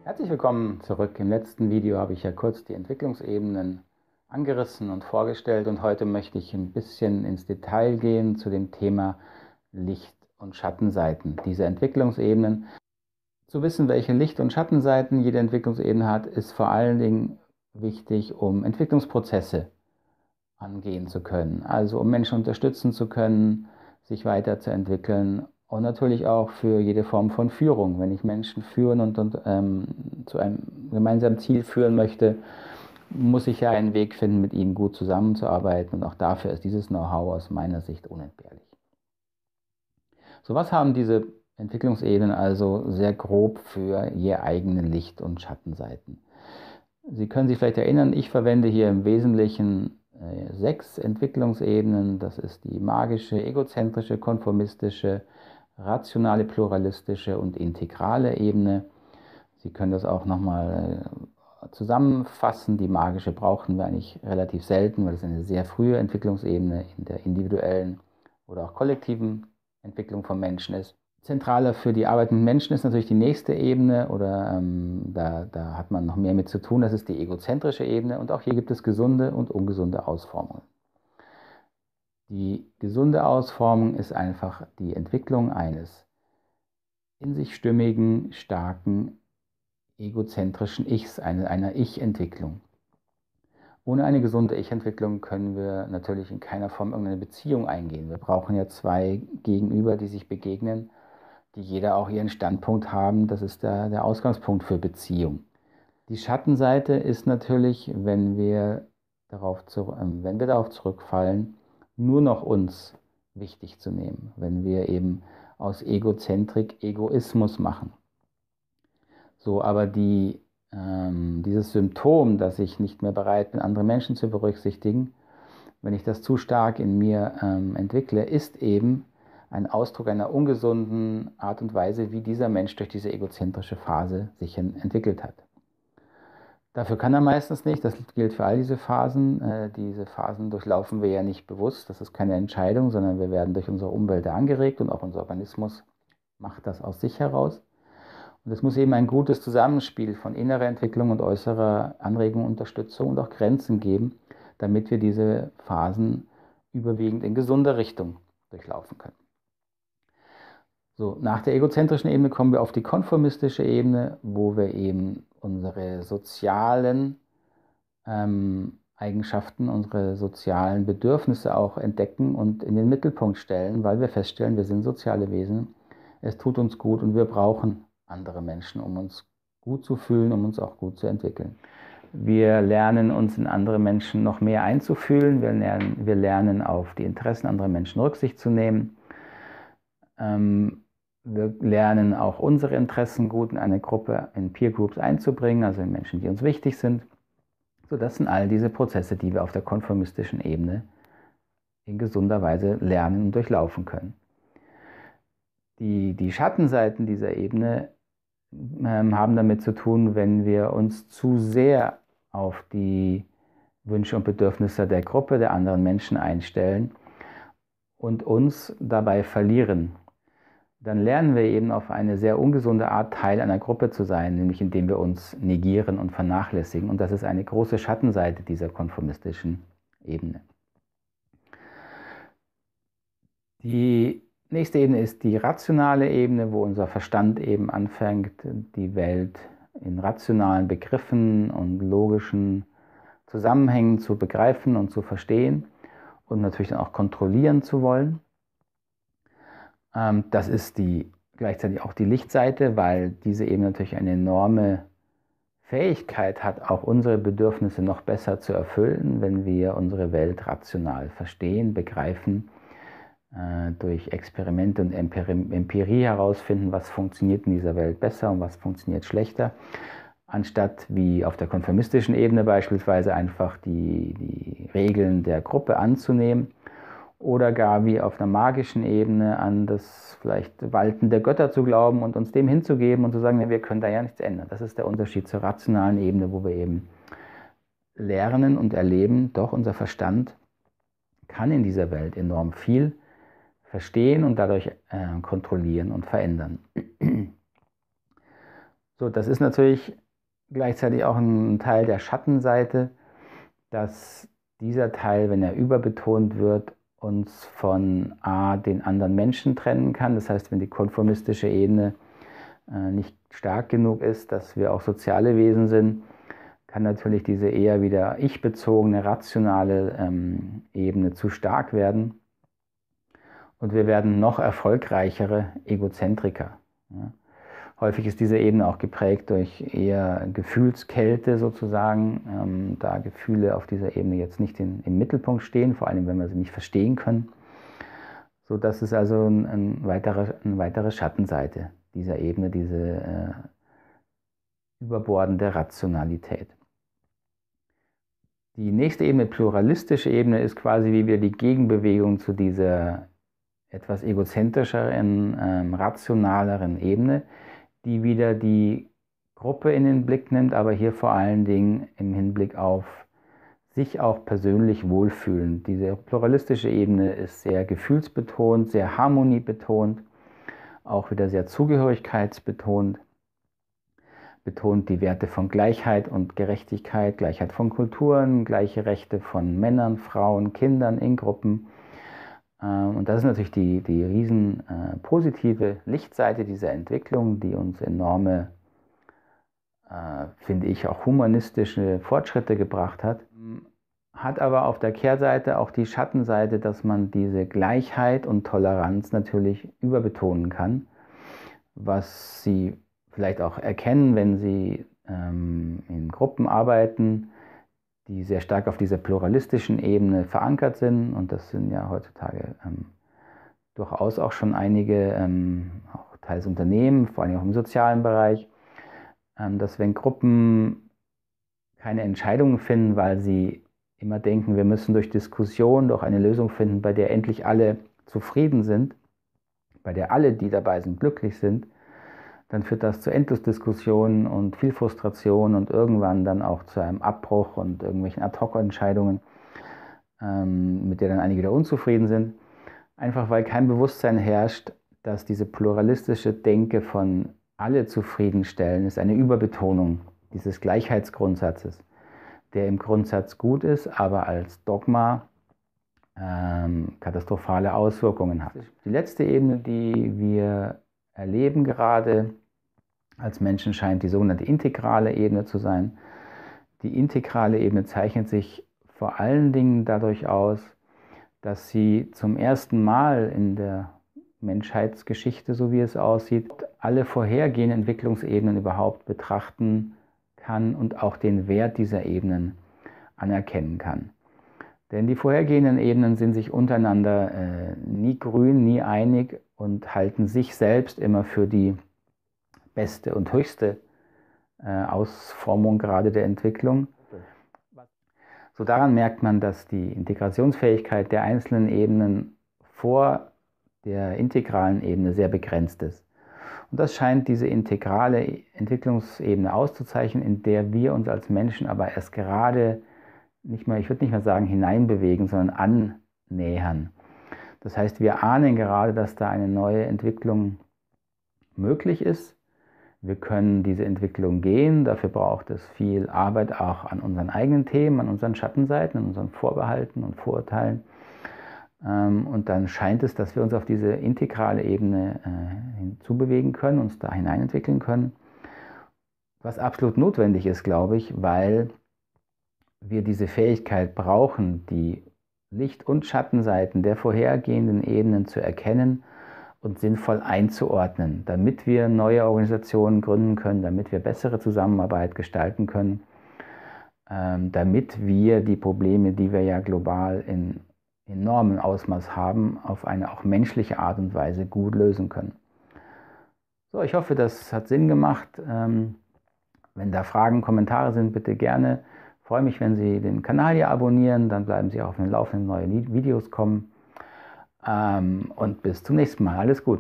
Herzlich willkommen zurück. Im letzten Video habe ich ja kurz die Entwicklungsebenen angerissen und vorgestellt und heute möchte ich ein bisschen ins Detail gehen zu dem Thema Licht- und Schattenseiten dieser Entwicklungsebenen. Zu wissen, welche Licht- und Schattenseiten jede Entwicklungsebene hat, ist vor allen Dingen wichtig, um Entwicklungsprozesse angehen zu können, also um Menschen unterstützen zu können, sich weiterzuentwickeln und natürlich auch für jede Form von Führung. Wenn ich Menschen führen und zu einem gemeinsamen Ziel führen möchte, muss ich ja einen Weg finden, mit ihnen gut zusammenzuarbeiten und auch dafür ist dieses Know-how aus meiner Sicht unentbehrlich. So, was haben diese Entwicklungsebenen also sehr grob für je eigene Licht- und Schattenseiten? Sie können sich vielleicht erinnern, ich verwende hier im Wesentlichen 6 Entwicklungsebenen. Das ist die magische, egozentrische, konformistische, rationale, pluralistische und integrale Ebene. Sie können das auch nochmal zusammenfassen. Die magische brauchen wir eigentlich relativ selten, weil es eine sehr frühe Entwicklungsebene in der individuellen oder auch kollektiven Entwicklung von Menschen ist. Zentraler für die Arbeit mit Menschen ist natürlich die nächste Ebene oder da hat man noch mehr mit zu tun, das ist die egozentrische Ebene und auch hier gibt es gesunde und ungesunde Ausformungen. Die gesunde Ausformung ist einfach die Entwicklung eines in sich stimmigen, starken, egozentrischen Ichs, einer Ich-Entwicklung. Ohne eine gesunde Ich-Entwicklung können wir natürlich in keiner Form irgendeine Beziehung eingehen. Wir brauchen ja zwei Gegenüber, die sich begegnen, die jeder auch ihren Standpunkt haben. Das ist der Ausgangspunkt für Beziehung. Die Schattenseite ist natürlich, wenn wir darauf zurückfallen, nur noch uns wichtig zu nehmen, wenn wir eben aus Egozentrik Egoismus machen. So, aber dieses Symptom, dass ich nicht mehr bereit bin, andere Menschen zu berücksichtigen, wenn ich das zu stark in mir entwickle, ist eben ein Ausdruck einer ungesunden Art und Weise, wie dieser Mensch durch diese egozentrische Phase sich entwickelt hat. Dafür kann er meistens nicht, das gilt für all diese Phasen. Diese Phasen durchlaufen wir ja nicht bewusst, das ist keine Entscheidung, sondern wir werden durch unsere Umwelt angeregt und auch unser Organismus macht das aus sich heraus. Und es muss eben ein gutes Zusammenspiel von innerer Entwicklung und äußerer Anregung, Unterstützung und auch Grenzen geben, damit wir diese Phasen überwiegend in gesunder Richtung durchlaufen können. So, nach der egozentrischen Ebene kommen wir auf die konformistische Ebene, wo wir eben unsere sozialen Eigenschaften, unsere sozialen Bedürfnisse auch entdecken und in den Mittelpunkt stellen, weil wir feststellen, wir sind soziale Wesen, es tut uns gut und wir brauchen andere Menschen, um uns gut zu fühlen, um uns auch gut zu entwickeln. Wir lernen uns in andere Menschen noch mehr einzufühlen, wir lernen auf die Interessen anderer Menschen Rücksicht zu nehmen. Wir lernen auch unsere Interessen gut in eine Gruppe, in Peer Groups einzubringen, also in Menschen, die uns wichtig sind. So, das sind all diese Prozesse, die wir auf der konformistischen Ebene in gesunder Weise lernen und durchlaufen können. Die Schattenseiten dieser Ebene haben damit zu tun, wenn wir uns zu sehr auf die Wünsche und Bedürfnisse der Gruppe, der anderen Menschen einstellen und uns dabei verlieren. Dann lernen wir eben auf eine sehr ungesunde Art Teil einer Gruppe zu sein, nämlich indem wir uns negieren und vernachlässigen. Und das ist eine große Schattenseite dieser konformistischen Ebene. Die nächste Ebene ist die rationale Ebene, wo unser Verstand eben anfängt, die Welt in rationalen Begriffen und logischen Zusammenhängen zu begreifen und zu verstehen und natürlich dann auch kontrollieren zu wollen. Das ist gleichzeitig auch die Lichtseite, weil diese Ebene natürlich eine enorme Fähigkeit hat, auch unsere Bedürfnisse noch besser zu erfüllen, wenn wir unsere Welt rational verstehen, begreifen, durch Experimente und Empirie herausfinden, was funktioniert in dieser Welt besser und was funktioniert schlechter, anstatt wie auf der konformistischen Ebene beispielsweise einfach die Regeln der Gruppe anzunehmen oder gar wie auf einer magischen Ebene an das vielleicht Walten der Götter zu glauben und uns dem hinzugeben und zu sagen, wir können da ja nichts ändern. Das ist der Unterschied zur rationalen Ebene, wo wir eben lernen und erleben, doch unser Verstand kann in dieser Welt enorm viel verstehen und dadurch kontrollieren und verändern. So, das ist natürlich gleichzeitig auch ein Teil der Schattenseite, dass dieser Teil, wenn er überbetont wird, uns von den anderen Menschen trennen kann. Das heißt, wenn die konformistische Ebene nicht stark genug ist, dass wir auch soziale Wesen sind, kann natürlich diese eher wieder ich-bezogene, rationale Ebene zu stark werden. Und wir werden noch erfolgreichere Egozentriker. Ja. Häufig ist diese Ebene auch geprägt durch eher Gefühlskälte sozusagen, da Gefühle auf dieser Ebene jetzt nicht im Mittelpunkt stehen, vor allem wenn wir sie nicht verstehen können. So, das ist also eine weitere Schattenseite dieser Ebene, diese überbordende Rationalität. Die nächste Ebene, pluralistische Ebene, ist quasi wie wieder die Gegenbewegung zu dieser etwas egozentrischeren, rationaleren Ebene, die wieder die Gruppe in den Blick nimmt, aber hier vor allen Dingen im Hinblick auf sich auch persönlich wohlfühlen. Diese pluralistische Ebene ist sehr gefühlsbetont, sehr harmoniebetont, auch wieder sehr zugehörigkeitsbetont, betont die Werte von Gleichheit und Gerechtigkeit, Gleichheit von Kulturen, gleiche Rechte von Männern, Frauen, Kindern in Gruppen. Und das ist natürlich die riesen positive Lichtseite dieser Entwicklung, die uns enorme, finde ich, auch humanistische Fortschritte gebracht hat. Hat aber auf der Kehrseite auch die Schattenseite, dass man diese Gleichheit und Toleranz natürlich überbetonen kann, was Sie vielleicht auch erkennen, wenn Sie in Gruppen arbeiten, die sehr stark auf dieser pluralistischen Ebene verankert sind. Und das sind ja heutzutage durchaus auch schon einige, auch teils Unternehmen, vor allem auch im sozialen Bereich, dass wenn Gruppen keine Entscheidungen finden, weil sie immer denken, wir müssen durch Diskussion doch eine Lösung finden, bei der endlich alle zufrieden sind, bei der alle, die dabei sind, glücklich sind, dann führt das zu Endlosdiskussionen und viel Frustration und irgendwann dann auch zu einem Abbruch und irgendwelchen Ad-hoc-Entscheidungen, mit der dann einige wieder unzufrieden sind. Einfach weil kein Bewusstsein herrscht, dass diese pluralistische Denke von alle zufriedenstellen ist eine Überbetonung dieses Gleichheitsgrundsatzes, der im Grundsatz gut ist, aber als Dogma katastrophale Auswirkungen hat. Die letzte Ebene, die wir erleben gerade als Menschen, scheint die sogenannte integrale Ebene zu sein. Die integrale Ebene zeichnet sich vor allen Dingen dadurch aus, dass sie zum ersten Mal in der Menschheitsgeschichte, so wie es aussieht, alle vorhergehenden Entwicklungsebenen überhaupt betrachten kann und auch den Wert dieser Ebenen anerkennen kann. Denn die vorhergehenden Ebenen sind sich untereinander nie grün, nie einig und halten sich selbst immer für die beste und höchste Ausformung gerade der Entwicklung. So daran merkt man, dass die Integrationsfähigkeit der einzelnen Ebenen vor der integralen Ebene sehr begrenzt ist. Und das scheint diese integrale Entwicklungsebene auszuzeichnen, in der wir uns als Menschen aber erst gerade nicht mehr, ich würde nicht mehr sagen hineinbewegen, sondern annähern. Das heißt, wir ahnen gerade, dass da eine neue Entwicklung möglich ist. Wir können diese Entwicklung gehen, dafür braucht es viel Arbeit auch an unseren eigenen Themen, an unseren Schattenseiten, an unseren Vorbehalten und Vorurteilen. Und dann scheint es, dass wir uns auf diese integrale Ebene hinzubewegen können, uns da hineinentwickeln können, was absolut notwendig ist, glaube ich, weil wir diese Fähigkeit brauchen, die Licht- und Schattenseiten der vorhergehenden Ebenen zu erkennen und sinnvoll einzuordnen, damit wir neue Organisationen gründen können, damit wir bessere Zusammenarbeit gestalten können, damit wir die Probleme, die wir ja global in enormem Ausmaß haben, auf eine auch menschliche Art und Weise gut lösen können. So, ich hoffe, das hat Sinn gemacht. Wenn da Fragen, Kommentare sind, bitte gerne. Ich freue mich, wenn Sie den Kanal hier abonnieren, dann bleiben Sie auch auf dem Laufenden, neue Videos kommen. Und bis zum nächsten Mal. Alles gut.